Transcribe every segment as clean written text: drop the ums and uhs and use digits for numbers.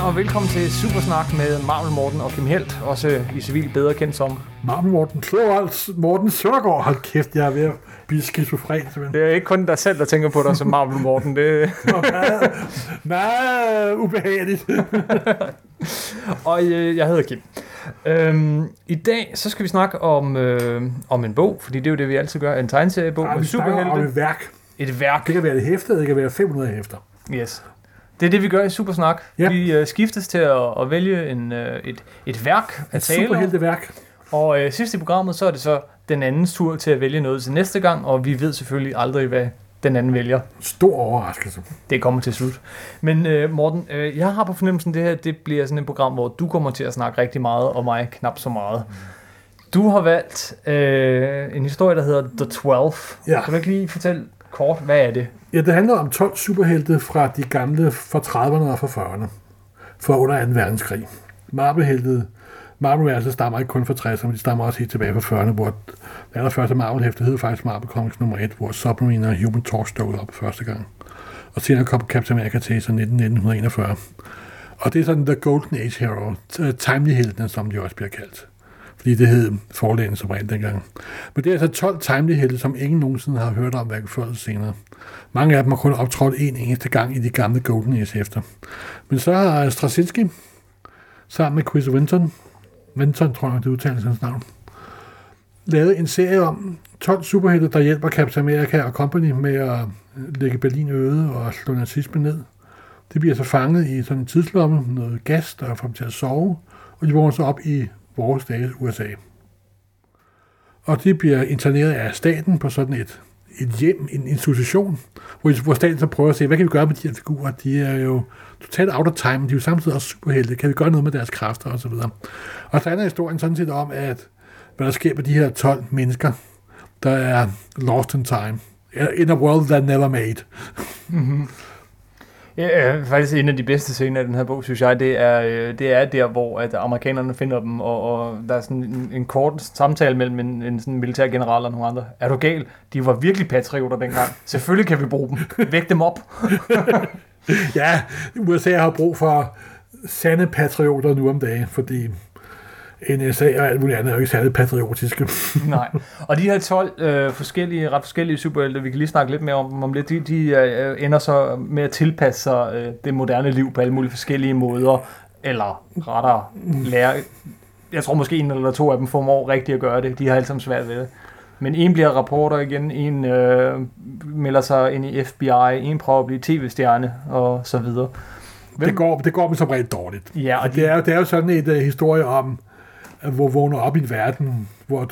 og velkommen til Supersnak med Marvel Morten og Kim Helt, også i civil bedre kendt som Marvel Morten Morten Søndergaard. Hold kæft, jeg er ved at blive skizofren. Det er ikke kun dig selv, der tænker på dig som Marvel Morten. Det meget ubehageligt. Og jeg hedder Kim. I dag så skal vi snakke om en bog, fordi det er jo det, vi altid gør. En tegneseriebog med superhelte. Om et værk. Et værk. Det kan være et hæfte, det kan være 500 hæfter. Yes. Det er det, vi gør i Supersnak. Ja. Vi skiftes til at vælge et værk at tale om. Et superhelteværk. Og sidst i programmet, så er det så den andens tur til at vælge noget til næste gang, og vi ved selvfølgelig aldrig, hvad den anden vælger. Stor overraskelse. Det kommer til slut. Men Morten, jeg har på fornemmelsen, det her det bliver sådan et program, hvor du kommer til at snakke rigtig meget, og mig knap så meget. Du har valgt en historie, der hedder The 12. Ja. Kan du ikke lige fortælle kort, hvad er det? Ja, det handler om 12 superhelte fra de gamle fra 30'erne og fra 40'erne. For under 2. verdenskrig. Marvel-universet stammer ikke kun fra 60'erne, men de stammer også helt tilbage fra 40'erne, hvor det allerførste Marvel-hæfte hed faktisk Marvel Comics nummer 1, hvor Submarine og Human Torch dukkede op første gang. Og senere kom Captain America til 1941. Og det er sådan The Golden Age Hero, Timely-heltene, som de også bliver kaldt. Fordi det hed forlægen som rent dengang. Men det er altså 12 Timely-helte, som ingen nogensinde har hørt om, hverken før eller senere. Mange af dem har kun optrådt en eneste gang i de gamle Golden Age-hæfter. Men så har Straczynski, sammen med Chris Vinton, tror jeg, det udtales hans navn, lavet en serie om 12 superhelte, der hjælper Captain America og Company med at lægge Berlin øde og slå nazismen ned. De bliver så fanget i sådan en tidslomme, noget gas, der får dem til at sove, og de vågner så op i vores dages USA. Og de bliver interneret af staten på sådan et hjem, en institution, hvor staten så prøver at se, hvad kan vi gøre med de her figurer? De er jo totalt out of time, de er jo samtidig også superhelte. Kan vi gøre noget med deres kræfter og så videre? Og så handler historien sådan set om, at hvad der sker med de her 12 mennesker, der er lost in time. In a world that never made. Mm-hmm. Ja, faktisk en af de bedste scener i den her bog, synes jeg, det er der, hvor at amerikanerne finder dem, og der er sådan en kort samtale mellem en sådan militær general og nogle andre. Er du gal? De var virkelig patrioter dengang. Selvfølgelig kan vi bruge dem. Væk dem op. Ja, USA har brug for sande patrioter nu om dagen, fordi NSA og alt muligt andet er jo ikke særlig patriotiske. Nej, og de her 12 ret forskellige superhelte, vi kan lige snakke lidt mere om lidt, de ender så med at tilpasse sig det moderne liv på alle mulige forskellige måder, eller rettere lære. Jeg tror måske en eller to af dem formår rigtigt at gøre det, de har alle sammen svært ved det. Men en bliver rapporter igen, en melder sig ind i FBI, en prøver at blive tv-stjerne, og så videre. Det går dem som regel dårligt. Ja, og det er jo sådan et historie om, hvor vågner op i en verden, hvor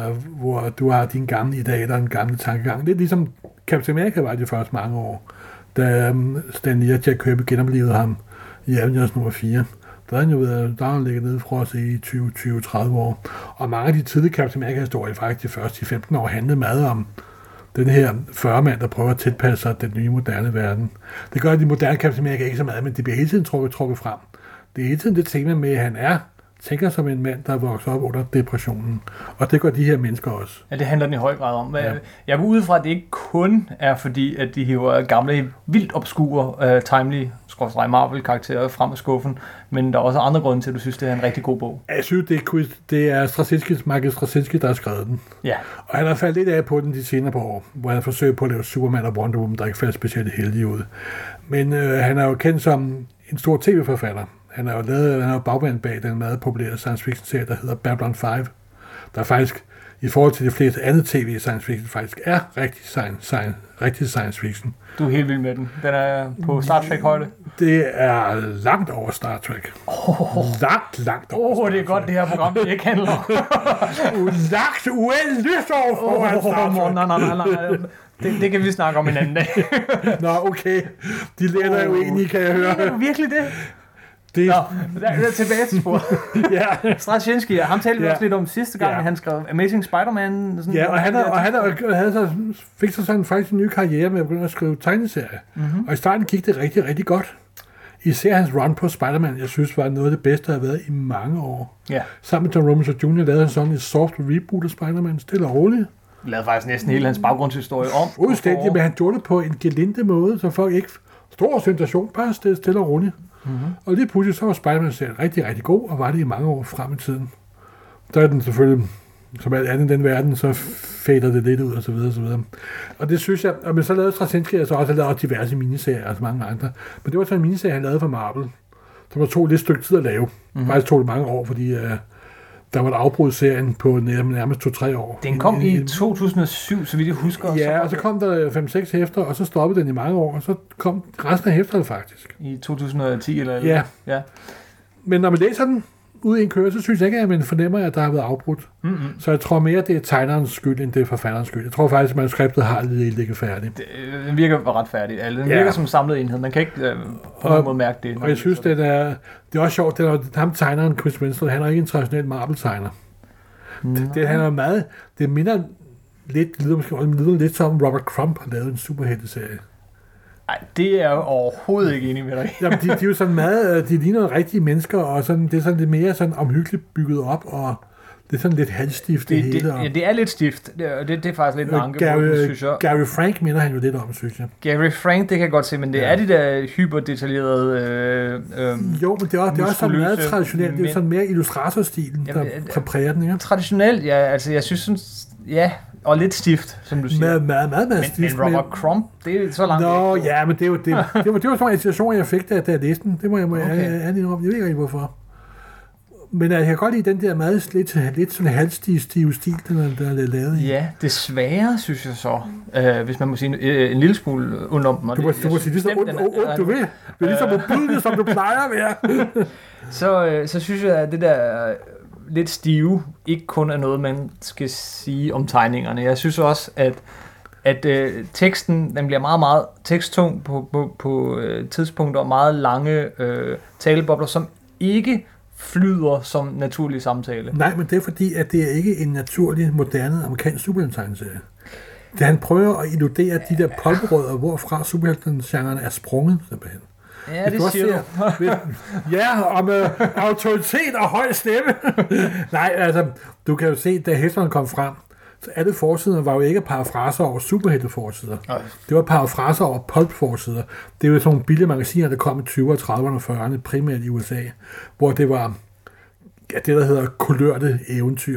du har dine gamle idealer og en gamle tankegang. Det er ligesom Captain America var de første mange år, da Stan Lee og Jack Kirby genoplevede ham i Avengers nummer 4. Der har han ligget nede fra os i 20-30 år. Og mange af de tidlige Captain America-historier, faktisk de første 15 år, handlede meget om den her 40-mand, der prøver at tilpasse sig den nye moderne verden. Det gør, at de moderne Captain America ikke så meget, men det bliver hele tiden trukket frem. Det er hele tiden det tema med, at han tænker som en mand, der er vokset op under depressionen. Og det gør de her mennesker også. Ja, det handler den i høj grad om. Ja. Jeg går ud fra, at det ikke kun er fordi, at de hiver gamle, vildt obskure, timely Marvel-karakterer frem af skuffen, men der er også andre grunde til, at du synes, det er en rigtig god bog. Jeg synes, det er Michael Straczynski, der har skrevet den. Ja. Og han har faldet lidt af på den de senere par år, hvor han forsøger på at lave Superman og Wonder Woman, der ikke faldt specielt heldig ud. Men han er jo kendt som en stor tv-forfatter. Han har jo bagmand bag den meget populære science fiction serie, der hedder Babylon 5, der faktisk i forhold til de fleste andre tv science fiction faktisk er rigtig science fiction. Du er helt vild med den. Den er på Star Trek højde. Det er langt over Star Trek. Langt over Star Trek. Det er godt, det her program ikke handler. Langt uendeligt over Star Trek. Nej. Det kan vi snakke om en anden dag. Nå, okay. De lærte jo egentlig, kan jeg høre. Det er virkelig det. Nå, tilbage til sporet. Ja. Straczynski, ham talte vi også lidt om sidste gang, han skrev Amazing Spider-Man. Ja, og han fik så sådan faktisk en ny karriere med at begynde at skrive tegneserier. Mm-hmm. Og i starten gik det rigtig, rigtig godt. Især hans run på Spider-Man, jeg synes, var noget af det bedste, der har været i mange år. Ja. Sammen med John Romita Jr. lavede han sådan et soft reboot af Spider-Man, stille og roligt. Lavede faktisk næsten hele hans baggrundshistorie om. Udstændigt, men han gjorde det på en gelinde måde, så folk ikke stor sensation, bare stille og roligt. Og lige pludselig så var Spider-Man-serien rigtig, rigtig god, og var det i mange år frem i tiden. Der er den selvfølgelig, som alt andet i den verden, så fader det lidt ud, og så videre, og så videre. Og det synes jeg, og men så lavede Straczynski altså også lavet diverse miniserier, altså mange andre. Men det var sådan en miniserie, han lavede for Marvel, som der tog lidt stykke tid at lave. Faktisk tog det mange år, fordi der var et afbrud serien på nærmest 2-3 år. Den kom i 2007, så vidt jeg husker. Ja, og så kom der 5-6 hæfter, og så stoppede den i mange år, og så kom resten af hæfterne faktisk. I 2010 eller? Ja. Men når man læser den ud i en køre, så synes jeg ikke, at man fornemmer, at der har været afbrudt. Så jeg tror mere, det er tegnerens skyld, end det er forfatterens skyld. Jeg tror faktisk, at manuskriptet har ligget færdigt. Den virker ret færdigt. Altså, den virker som en samlet enhed. Man kan ikke på nogen måde mærke det. Og jeg synes, det er også sjovt, det er ham tegneren, Chris Winslow, han er ikke en traditionel Marvel-tegner. Han er meget, det minder lidt som Robert Crumb har lavet en superhelteserie. Nej, det er jeg overhovedet ikke enig med dig. Jamen, de er jo sådan meget, de ligner rigtige mennesker, og sådan, det er sådan lidt mere sådan omhyggeligt bygget op, og det er sådan lidt halvstift det hele. Ja, det er lidt stift. Det er faktisk lidt en anke, synes jeg. Gary Frank minder han jo lidt om, synes jeg. Gary Frank, det kan jeg godt se, men det er de der hyperdetaljerede jo, men det er også sådan meget traditionelt. Det er sådan mere illustratorstilen, der præger den, ikke? Traditionelt, ja. Altså, jeg synes, ja, og lidt stift, som du siger. Meget stift. Men Robert Crumb, det er så langt. Nå, ja, men det var sådan en situation, jeg fik, da jeg læste den. Det må jeg lige om. Jeg ved ikke hvorfor. Men jeg kan godt lide den der meget lidt sådan halvstive stil, der er lavet i. Ja, desværre, synes jeg så. Hvis man må sige en lille smule udenom. Du må sige lige så ondt du vil. Det er lige så modbydeligt, som du plejer at være. Så synes jeg, at det der lidt stive ikke kun er noget, man skal sige om tegningerne. Jeg synes også, at teksten den bliver meget, meget teksttung på tidspunkter og meget lange talebobler, som ikke flyder som naturlig samtale. Nej, men det er fordi, at det er ikke en naturlig, moderne amerikansk superheltetegneserie. Da han prøver at illudere de der pulperødder, hvorfra superheltegenren er sprunget, simpelthen. Ja, det siger du. Ja, om autoritet og høj stemme. Nej, altså, du kan jo se, da hæfterne kom frem, så alle forsider var jo ikke parafraser over superhelteforsider. Det var parafraser over pulp-forsider. Det var sådan nogle billige magasiner, der kom i 20'erne, 30'erne og 40'erne, primært i USA, hvor det var det, der hedder kulørte eventyr.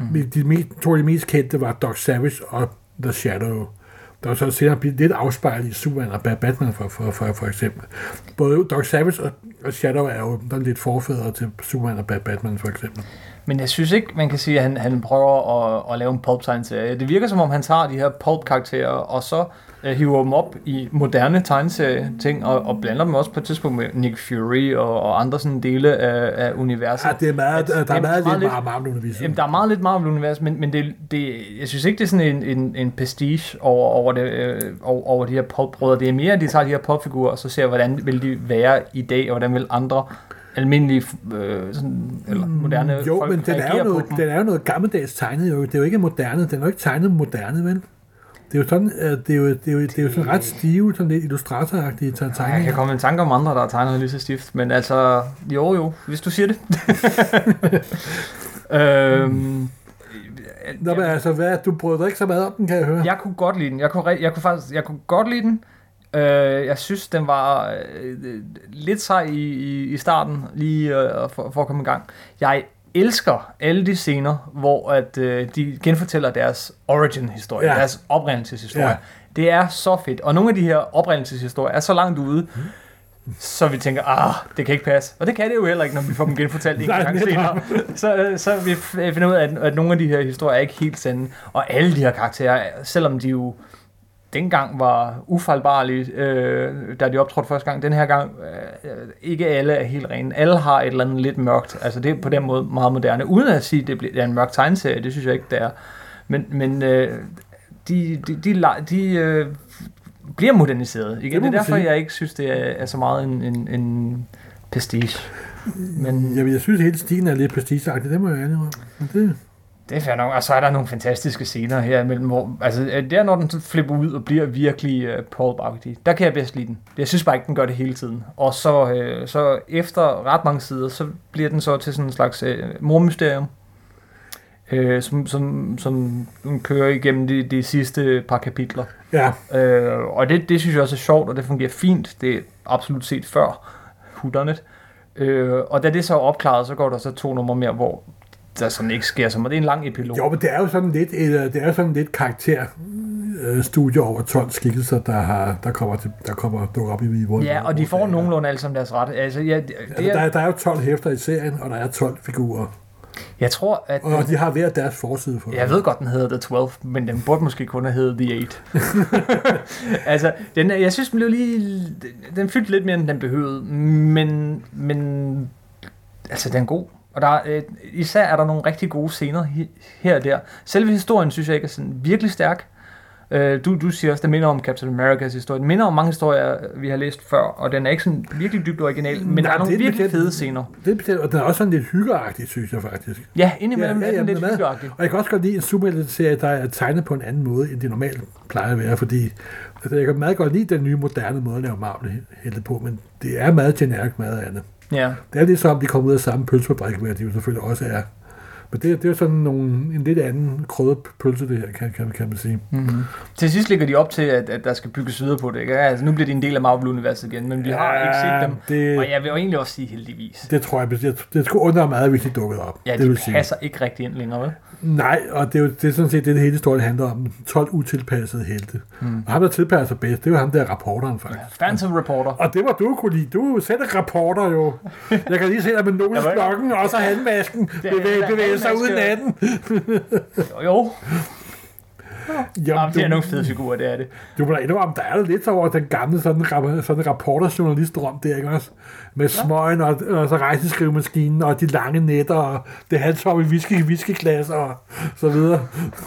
To af de mest kendte var Doc Savage og The Shadow. Der var så senere lidt afspejlet i Superman og Batman for eksempel. Både Doc Savage og Shadow er jo lidt forfædre til Superman og Batman for eksempel. Men jeg synes ikke, man kan sige, at han prøver at lave en pulp-tegneserie. Det virker som om, han tager de her pulp-karakterer, og så hiver dem op i moderne tegneserie-ting, og blander dem også på et tidspunkt med Nick Fury og andre sådan dele af universet. Ja, det er meget, der er meget lidt Marvel-univers. Der er meget lidt Marvel-univers, men jeg synes ikke, det er sådan en prestige over de her pulp-brødre. Det er mere, at de tager de her pulp-figurer, og så ser, hvordan vil de være i dag, og hvordan vil andre almindelige eller moderne jo, folk men den er jo noget gammeldags tegnet. Jo. Det er jo ikke moderne. Den er jo ikke tegnet moderne, vel? Det er jo sådan, det er jo sådan ret stive, sådan lidt illustratoragtige tegninger. Jeg kan komme en tanke om andre, der er tegnet lige så stift, men altså, jo, hvis du siger det. Nå, men altså, hvad? Du brød dig ikke så meget om den, kan jeg høre. Jeg kunne godt lide den. Jeg kunne godt lide den. Jeg synes, den var lidt sej i starten, lige for at komme i gang. Jeg elsker alle de scener, hvor at, de genfortæller deres origin-historie, deres oprindelseshistorie. Ja. Det er så fedt. Og nogle af de her oprindelseshistorier er så langt ude, så vi tænker, det kan ikke passe. Og det kan det jo heller ikke, når vi får dem genfortalt en gang senere. Så vi finder ud af, at nogle af de her historier er ikke helt sande. Og alle de her karakterer, selvom de jo dengang var ufejlbarlige, da de optrådte første gang. Den her gang, ikke alle er helt rene. Alle har et eller andet lidt mørkt. Altså det er på den måde meget moderne. Uden at sige, at det er en mørk tegneserie, det synes jeg ikke, det er. Men de bliver moderniseret. Igen. Det er derfor, jeg ikke synes, det er så meget en prestige. Men jeg synes, at hele stilen er lidt prestigeagtig. Det må jeg ærlig om. Det er fair nok, og så er der nogle fantastiske scener her imellem, hvor, altså der når den flipper ud og bliver virkelig pulp-agtig, der kan jeg bedst lide den. Jeg synes bare ikke, den gør det hele tiden. Og så efter ret mange sider, så bliver den så til sådan en slags mormysterium, som kører igennem de sidste par kapitler. Ja. Og det synes jeg også er sjovt, og det fungerer fint. Det er absolut set før. whodunit. Og da det så er opklaret, så går der så 2 numre mere, hvor der sådan ikke sker så meget. Det er en lang epilog. Jo, men det er jo sådan lidt karakterstudie over 12 skikkelser, der kommer dukker op i vores. Ja, og de får nogenlunde alle sammen deres ret. Altså, ja, der er jo 12 hæfter i serien, og der er 12 figurer. Jeg tror, at... Og de har hver deres forside for. Jeg ved godt, den hedder The 12, men den burde måske kun have heddet The 8. Altså, jeg synes, den blev lige... Den fyldte lidt mere, end den behøvede, men altså, den er god. Og især er der nogle rigtig gode scener her og der. Selve historien, synes jeg ikke er sådan virkelig stærk. Du siger også, det minder om Captain Americas historie. Den minder om mange historier, vi har læst før, og den er ikke sådan virkelig dybt original, men der er nogle virkelig fede scener. Og den er også sådan lidt hyggeagtig, synes jeg faktisk. Ja, indimellem er den lidt hyggeagtig. Og jeg kan også godt lide en superhelteserie, der er tegnet på en anden måde, end det normalt plejer at være, fordi jeg kan meget godt lide den nye moderne måde at lave Marvel-helte på, men det er meget generic meget andet. Ja. Det er ligesom, de kommer ud af samme pølsefabrik, hvad de jo selvfølgelig også er. Men det er jo sådan en lidt anden krydret pølse, det her, kan man sige. Mm-hmm. Til sidst ligger de op til, at der skal bygges videre på det. Ikke? Altså, nu bliver de en del af Marvel-universet igen, men vi har ikke set dem. Og jeg vil jo egentlig også sige heldigvis. Det tror jeg, det skulle undre meget, hvis de dukkede op. Ja, det de passer ikke rigtig ind længere, vel? Nej, og det er sådan set det hele historien handler om. 12 utilpassede helte. Og ham, der tilpasser bedst, det var ham der rapporteren, faktisk. Ja, Phantom Reporter. Og det var du kunne lide. Du er jo selv reporter, jo. Jeg kan lige se dig med nogensblokken, og så handmasken bevæge sig ud i natten. Jo. Jamen, det er nogle fede figurer, det er det. Du må da indrømme, der er lidt over den gamle sådan reporterjournalist-drøm der, ikke også? Med smøgen og så rejseskrivemaskinen og de lange nætter og det halvtoppe whiskyglas og så videre.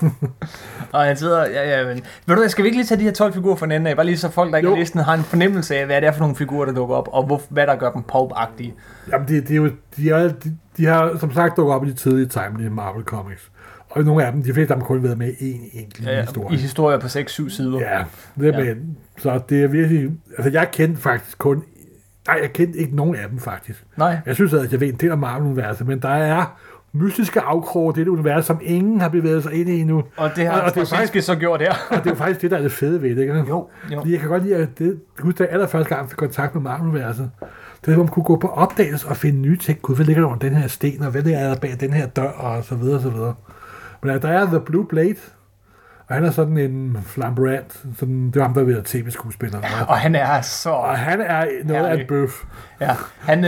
Og han sidder, men ved du, skal vi ikke lige tage de her 12 figurer fra den ende af, bare lige så folk, der ikke har læst den, har en fornemmelse af, hvad det er for nogle figurer, der dukker op, og hvad der gør dem pulp-agtige. Jamen, de har som sagt dukket op i de tidlige Timely Marvel Comics. Og nogle af dem, de fleste har kun været med i en enkelt historie. I historier på 6-7 sider. Ja, det er med. Så det er virkelig... Altså, jeg kendte faktisk kun... Nej, jeg kendte ikke nogen af dem, faktisk. Nej. Jeg synes, at jeg ved en del af Marvel-universet, men der er mystiske afkroge, det er et univers, som ingen har bevæget sig ind i endnu. Og det har faktisk så gjort her. Og det er jo faktisk det, der er det fede ved det, ikke? Jo. Jeg kan godt lide, at det allerførste gang, jeg fik kontakt med Marvel-universet, det er, hvor man kunne gå på opdagelse og finde nye ting. Gud, hvad ligger der under den her sten, og hvad ligger der bag den her dør, og så videre, og så videre. Men der er The Blue Blade, og han er sådan en flamboyant, sådan, det var ham, der ved at tv-skuespiller. Ja, og han er så... Og han er noget af en bøf. Ja, han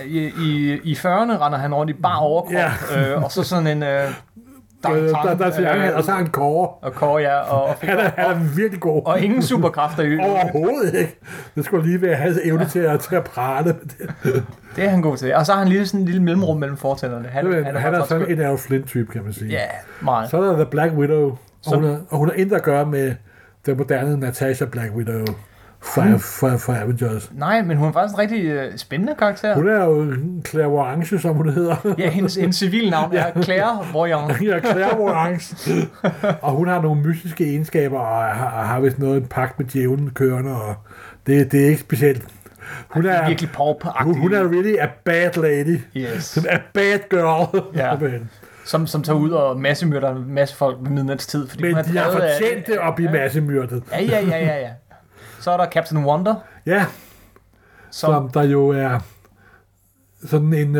i 40'erne render han rundt i bar overkrop, og så sådan en... og så har han kåre. Og kåre, ja. Og han er virkelig god. Og ingen superkræfter i overhovedet ikke. Det skulle lige være hans evne til at prale. Det er han god til. Og så har han lige sådan en lille mellemrum mellem fortænderne. Han er sådan en Errol Flynn-type, kan man sige. Ja, meget. Så er der The Black Widow. Og hun har intet at gøre med den moderne Natasha Black Widow for Avengers. Nej, men hun er faktisk en rigtig spændende karakter. Hun er jo Clairvoyance, som hun hedder. Ja, hendes civilnavn er Clairvoyance. Ja, Clairvoyance. Og hun har nogle mystiske egenskaber, og har vist noget en pagt med djævlen kørende, og det er ikke specielt. Hun er virkelig pulp-agtig. Hun er really a bad lady. Yes. A bad girl. Ja. Som tager ud og massemyrder en masse folk ved midnatstid. Fordi men de har fortjent det at blive massemyrdet. Ja. Så er der Captain Wonder. Ja. Som der jo er sådan en...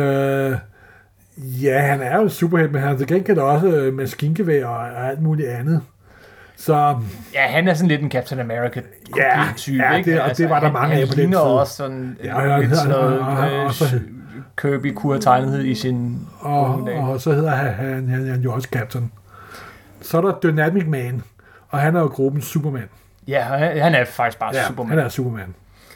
han er jo superhelt, men han til gengæld også maskingevær og alt muligt andet. Så... Ja, han er sådan lidt en Captain America-type, ikke? Det var der mange af på den tid. Han ligner også sådan lidt sådan noget Kirby-kur-tegnethed i sin og så hedder han jo også Captain. Så er der Dynamic Man, og han er jo gruppen Superman. Ja, han er faktisk bare Superman. Han er Superman.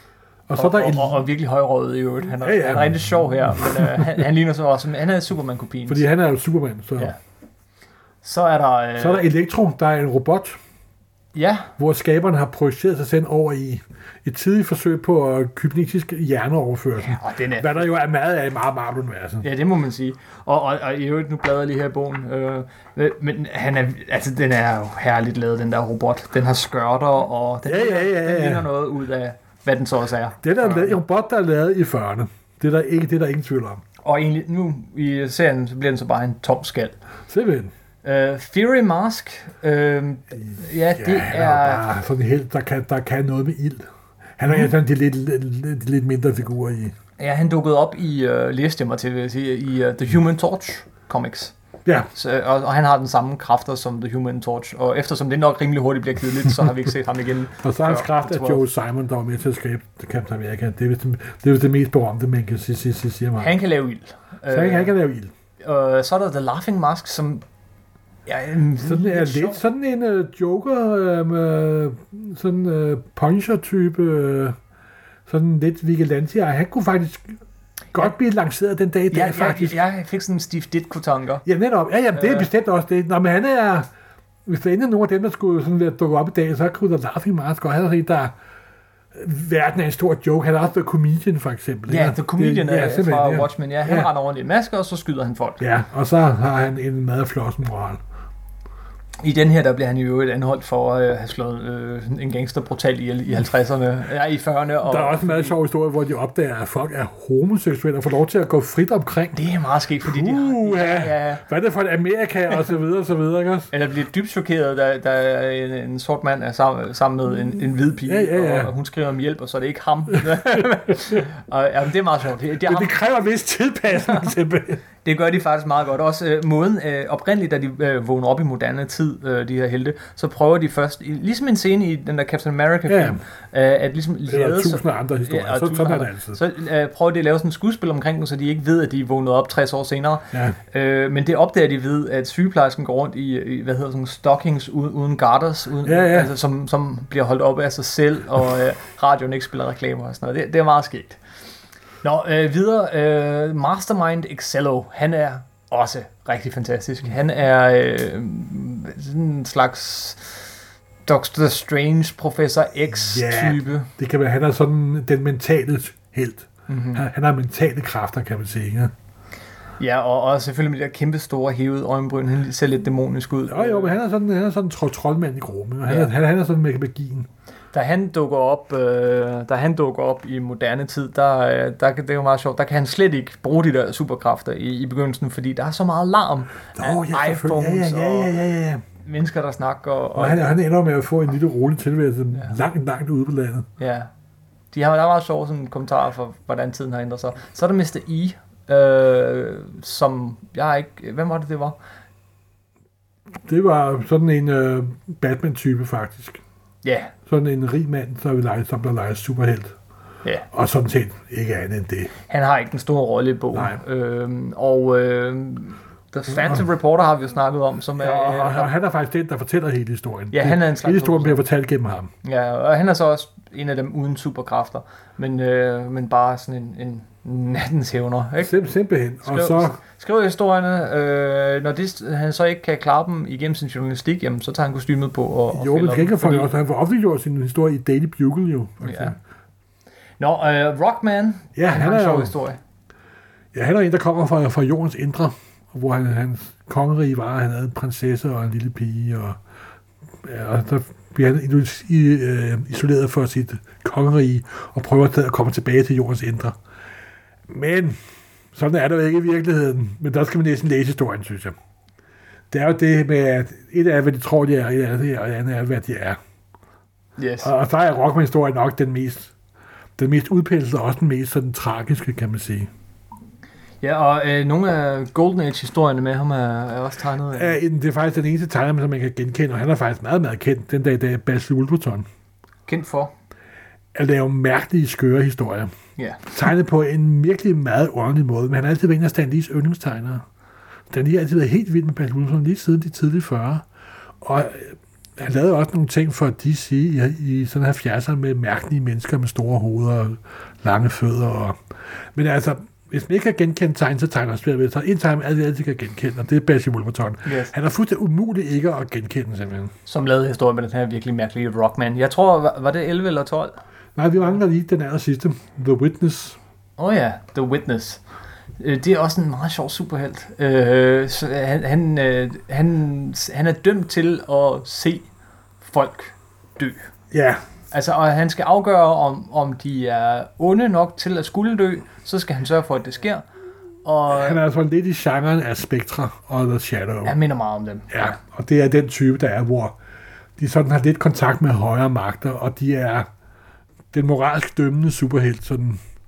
Og virkelig højrøget i øvrigt. Han er rigtig sjov her, men han ligner så også, han er Superman-kopien. Fordi han er jo Superman, så... Ja. Så er der Elektro, der er en robot, hvor skaberen har projiceret sig selv over i et tidligt forsøg på kybernetisk hjerneoverførsel. Ja, hvad der jo er meget af i Marvel-universet. Ja, det må man sige. Og i øvrigt, nu bladrer jeg lige her i bogen, men den er jo herligt lavet, den der robot. Den har skørter, og den ligner noget ud af, hvad den så også er. Det er en robot, der er lavet i 40'erne. Det er der ingen tvivl om. Og egentlig, nu i serien, så bliver den så bare en tom skal. Simpelthen. Fury Mask, det er bare sådan helt, der kan noget med ild. Han er sådan de lidt mindre figurer i. Ja, han dukkede op i, læste jeg mig til, vil jeg sige, i The Human Torch comics. Ja. Så, og han har den samme kræfter som The Human Torch, og eftersom det nok rimelig hurtigt bliver kedeligt, så har vi ikke set ham igen. Og så er hans kraft af Joe Simon, der var med til at skabe Captain America. Det er det mest berømte, man kan sige mig. Han kan lave ild. Så han kan lave ild. Så er der The Laughing Mask, som sådan er lidt sådan en Joker, sådan puncher-type, sådan lidt vigilante. Han kunne faktisk godt blive lanceret den dag i dag, faktisk. Jeg fik sådan en Steve Ditko-tanker. Ja, netop. Ja, det er bestemt også det. Nå, men han er... Hvis der endelig nogen af dem, der skulle sådan være dukke op i dag, så kunne der Laughing Mask, og han er sådan, der verden er en stor joke. Han er også The Comedian, for eksempel. Ja, The Comedian fra Watchmen. Ja, han render rundt i en maske, og så skyder han folk. Ja, og så har han en meget flot moral. I den her, der bliver han jo et anholdt for at have slået en gangster brutalt ihjel i 50'erne, i 40'erne. Og der er også en meget sjov historie, hvor de opdager, at folk er homoseksuelle og får lov til at gå frit omkring. Det er meget sket, fordi de har... Hvad er det for et Amerika, og så videre, ikke også? Eller bliver dybt chokeret, da en sort mand er sammen med en hvid pige, og hun skriver om hjælp, og så er det ikke ham. Og, jamen, det er meget sjovt. Det kræver en vis tilpasning simpelthen. Det gør de faktisk meget godt. Også måden, oprindeligt, da de vågner op i moderne tid, de her helte, så prøver de først, ligesom en scene i den der Captain America-film, at ligesom lade tusinder andre historier, ja, sådan er det altid. Så prøver de at lave sådan et skuespil omkring dem, så de ikke ved, at de er vågnet op 60 år senere. Ja. Men det opdager de ved, at sygeplejersken går rundt i hvad hedder sådan stockings uden garters, altså, som bliver holdt op af sig selv, og radioen ikke spiller reklamer og sådan noget. Det er meget skægt. Nå, videre. Mastermind Excello, han er også rigtig fantastisk. Han er sådan en slags Doctor Strange, Professor X-type. Ja, det kan være, han er sådan den mentale helt. Mm-hmm. Han har mentale kræfter, kan man sige. Ja, ja, og selvfølgelig med det der kæmpe store hævede øjenbryn. Han ser lidt dæmonisk ud. Jo, men han er sådan en troldmand i gruppen. Han er sådan med magien. Da han dukker op i moderne tid, der det er jo meget sjovt, der kan han slet ikke bruge de der superkræfter i begyndelsen, fordi der er så meget larm af iPhones og mennesker, der snakker. Og han ender med at få en lille rolig tilværelse langt ude på landet. Ja. Der er meget sjovt sådan kommentarer for, hvordan tiden har ændret sig. Så er der Mr. E, som jeg ikke... Hvem var det var? Det var sådan en Batman-type, faktisk. Ja. Sådan en rig mand, som der leger superhelt. Ja. Og sådan set ikke andet end det. Han har ikke den store rolle i bogen. The Phantom Reporter har vi jo snakket om, som er... og han er faktisk den, der fortæller hele historien. Ja, han er en slags... Hele historien bliver fortalt gennem ham. Ja, og han er så også en af dem uden superkræfter, men bare sådan en nattens hævner, ikke? Simpelthen. Skriver historierne, når han så ikke kan klare dem igennem sin journalistik, jamen, så tager han kostymet på og jo, men det kan for også. Han får offentliggjort sin historie i Daily Bugle, jo. Ja. Nå, Rockman, han har en sjov historie. Ja, han er en, der kommer fra jordens indre, hvor hans kongerige var, han havde en prinsesse og en lille pige, og der bliver han isoleret for sit kongerige, og prøver at komme tilbage til jordens indre. Men sådan er det jo ikke i virkeligheden. Men der skal man næsten læse historien, synes jeg. Det er jo det med, at et er, hvad de tror, de er, og det andet er, hvad de er. Yes. Og så er Rockman-historien nok den mest udpensede, og også den mest sådan tragiske, kan man sige. Ja, og nogle af Golden Age-historierne med ham er også tegnet af. Det er faktisk den eneste tegner, som man kan genkende, og han er faktisk meget, meget kendt den dag i dag, Basil Wolverton. Kendt for? At lave mærkelige, skøre historier. Ja. Tegnet på en virkelig meget ordentlig måde, men han har altid været en af Stan Lees yndlingstegnere. Stan Lee har altid været helt vild med Basil Wolverton, lige siden de tidlige 40'ere. Og han lavede også nogle ting for DC i sådan 70'erne med mærkelige mennesker med store hoveder og lange fødder. Men altså, hvis man ikke kan genkende tegn, så tegner han ved. Så en tegn, man altid kan genkende, og det er Basil Wolverton. Yes. Han er fuldstændig umulig ikke at genkende, simpelthen. Som lavede historie med den her virkelig mærkelige Rockman. Jeg tror, var det 11 eller 12? Nej, vi mangler lige den aller sidste. The Witness. Ja, The Witness. Det er også en meget sjov superhelt. Han er dømt til at se folk dø. Ja. Altså, og han skal afgøre, om de er onde nok til at skulle dø, så skal han sørge for, at det sker. Og han er altså lidt i genren af Spectre og The Shadow. Jeg minder meget om dem. Ja, og det er den type, der er, hvor de sådan har lidt kontakt med højere magter, og de er den moralsk dømmende superhelt, sådan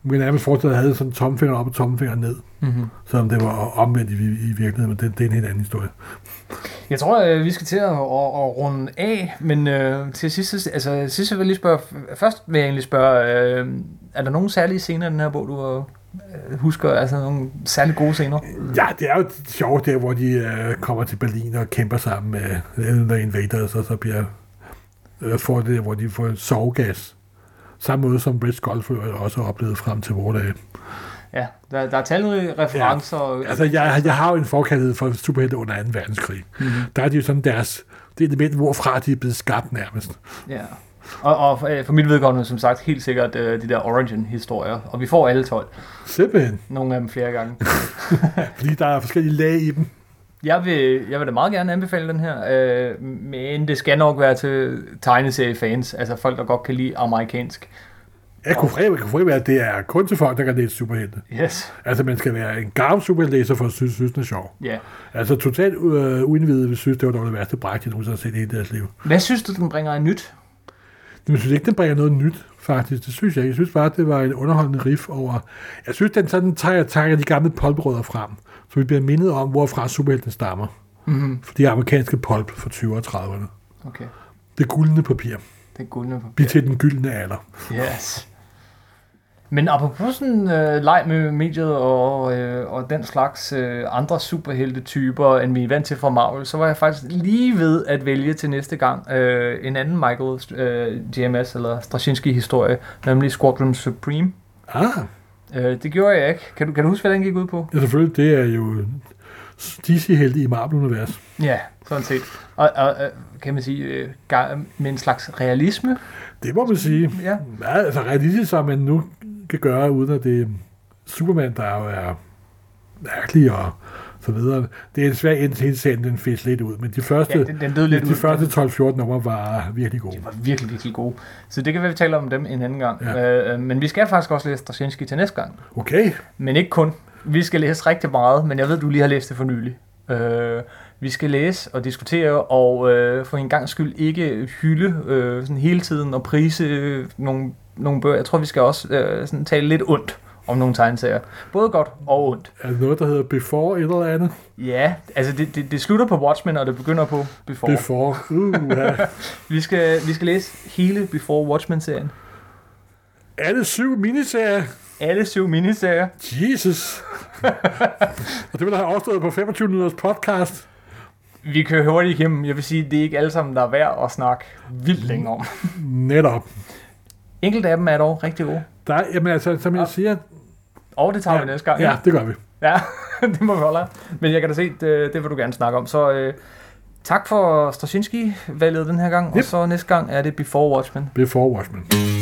Men nærmest forestille, at jeg havde sådan tommelfinger op og tommelfinger ned. Mm-hmm. Selvom det var omvendt i virkeligheden, men det er en helt anden historie. Jeg tror, vi skal til at runde af, men til sidst vil jeg lige spørge, først vil jeg egentlig spørge, er der nogle særlige scener i den her bog, du husker, altså nogle særlig gode scener? Ja, det er jo sjovt der, hvor de kommer til Berlin og kæmper sammen med The Invaders, og så bliver får det der, hvor de får sovegas. Samme måde som Red Skull også har oplevet frem til vores dage. Ja, der er talrige referencer. Ja. Altså, jeg har jo en forkærlighed for superhelte under 2. verdenskrig. Mm-hmm. Der er de jo sådan det element, hvorfra de er blevet skabt nærmest. Ja, og for mit vedkommende, som sagt, helt sikkert de der origin-historier. Og vi får alle 12. Simpelthen. Nogle af dem flere gange. Fordi der er forskellige lag i dem. Jeg vil da meget gerne anbefale den her, men det skal nok være til tegneseriefans, altså folk, der godt kan lide amerikansk. Jeg kunne frem være, at det er kun til folk, der kan læse superhelte. Yes. Altså, man skal være en gammel superheltelæser for at synes, det er sjov. Ja. Yeah. Altså, totalt uindvidet, hvis synes, det var dog det værste bræk, de nogensinde har set i hele deres liv. Hvad synes du, den bringer af nyt? Jeg synes ikke, den bringer noget nyt, faktisk. Det synes jeg ikke. Jeg synes bare, at det var en underholdende riff over... Jeg synes, den sådan tager de gamle pulprødder frem, så vi bliver mindet om, hvorfra superhelten stammer. Mm-hmm. For de amerikanske pulp fra 20'erne og 30'erne. Okay. Det guldne papir. Det guldne papir. Vi til den gyldne alder. Yes. Men apropos sådan leg med mediet og den slags andre superheltetyper, end vi er vant til fra Marvel, så var jeg faktisk lige ved at vælge til næste gang en anden Michael GMS eller Straczynski-historie, nemlig Squadron Supreme. Det gjorde jeg ikke. Kan du huske, hvad den gik ud på? Ja, selvfølgelig. Det er jo DC-helte i Marvel-univers. Ja, sådan set. Og kan man sige, med en slags realisme? Det må man sige. Ja. Altså realistisk, som man nu kan gøre, uden at det er Superman, der jo er mærkelig og så videre. Det er desværre indtil hele serien, den fæs lidt ud, men de første, de første 12-14 numre var virkelig gode. De var virkelig, virkelig gode. Så det kan vi tale om dem en anden gang. Ja. Men vi skal faktisk også læse Straczynski til næste gang. Okay. Men ikke kun. Vi skal læse rigtig meget, men jeg ved, du lige har læst det for nylig. Vi skal læse og diskutere og for en gang skyld ikke hylde sådan hele tiden og prise nogle bøger. Jeg tror, vi skal også sådan tale lidt ondt om nogle tegneserier. Både godt og ondt. Er det noget, der hedder Before et eller andet? Ja, altså det slutter på Watchmen, og det begynder på Before. Before, ja. vi skal læse hele Before Watchmen-serien. Alle 7 miniserier? Alle 7 miniserier. Jesus! Og det vil der have afstået på 25 minutters podcast. Vi kører hurtigt igennem. Jeg vil sige, det er ikke alle sammen, der er værd at snakke vildt længe om. Netop. Enkelte af dem er dog rigtig gode. Jamen altså, som jeg siger... Og det tager vi næste gang. Ja, det gør vi. Ja, det må vi holde af. Men jeg kan da se, det vil du gerne snakke om. Så tak for Straczynski-valget den her gang. Yep. Og så næste gang er det Before Watchmen. Before Watchmen.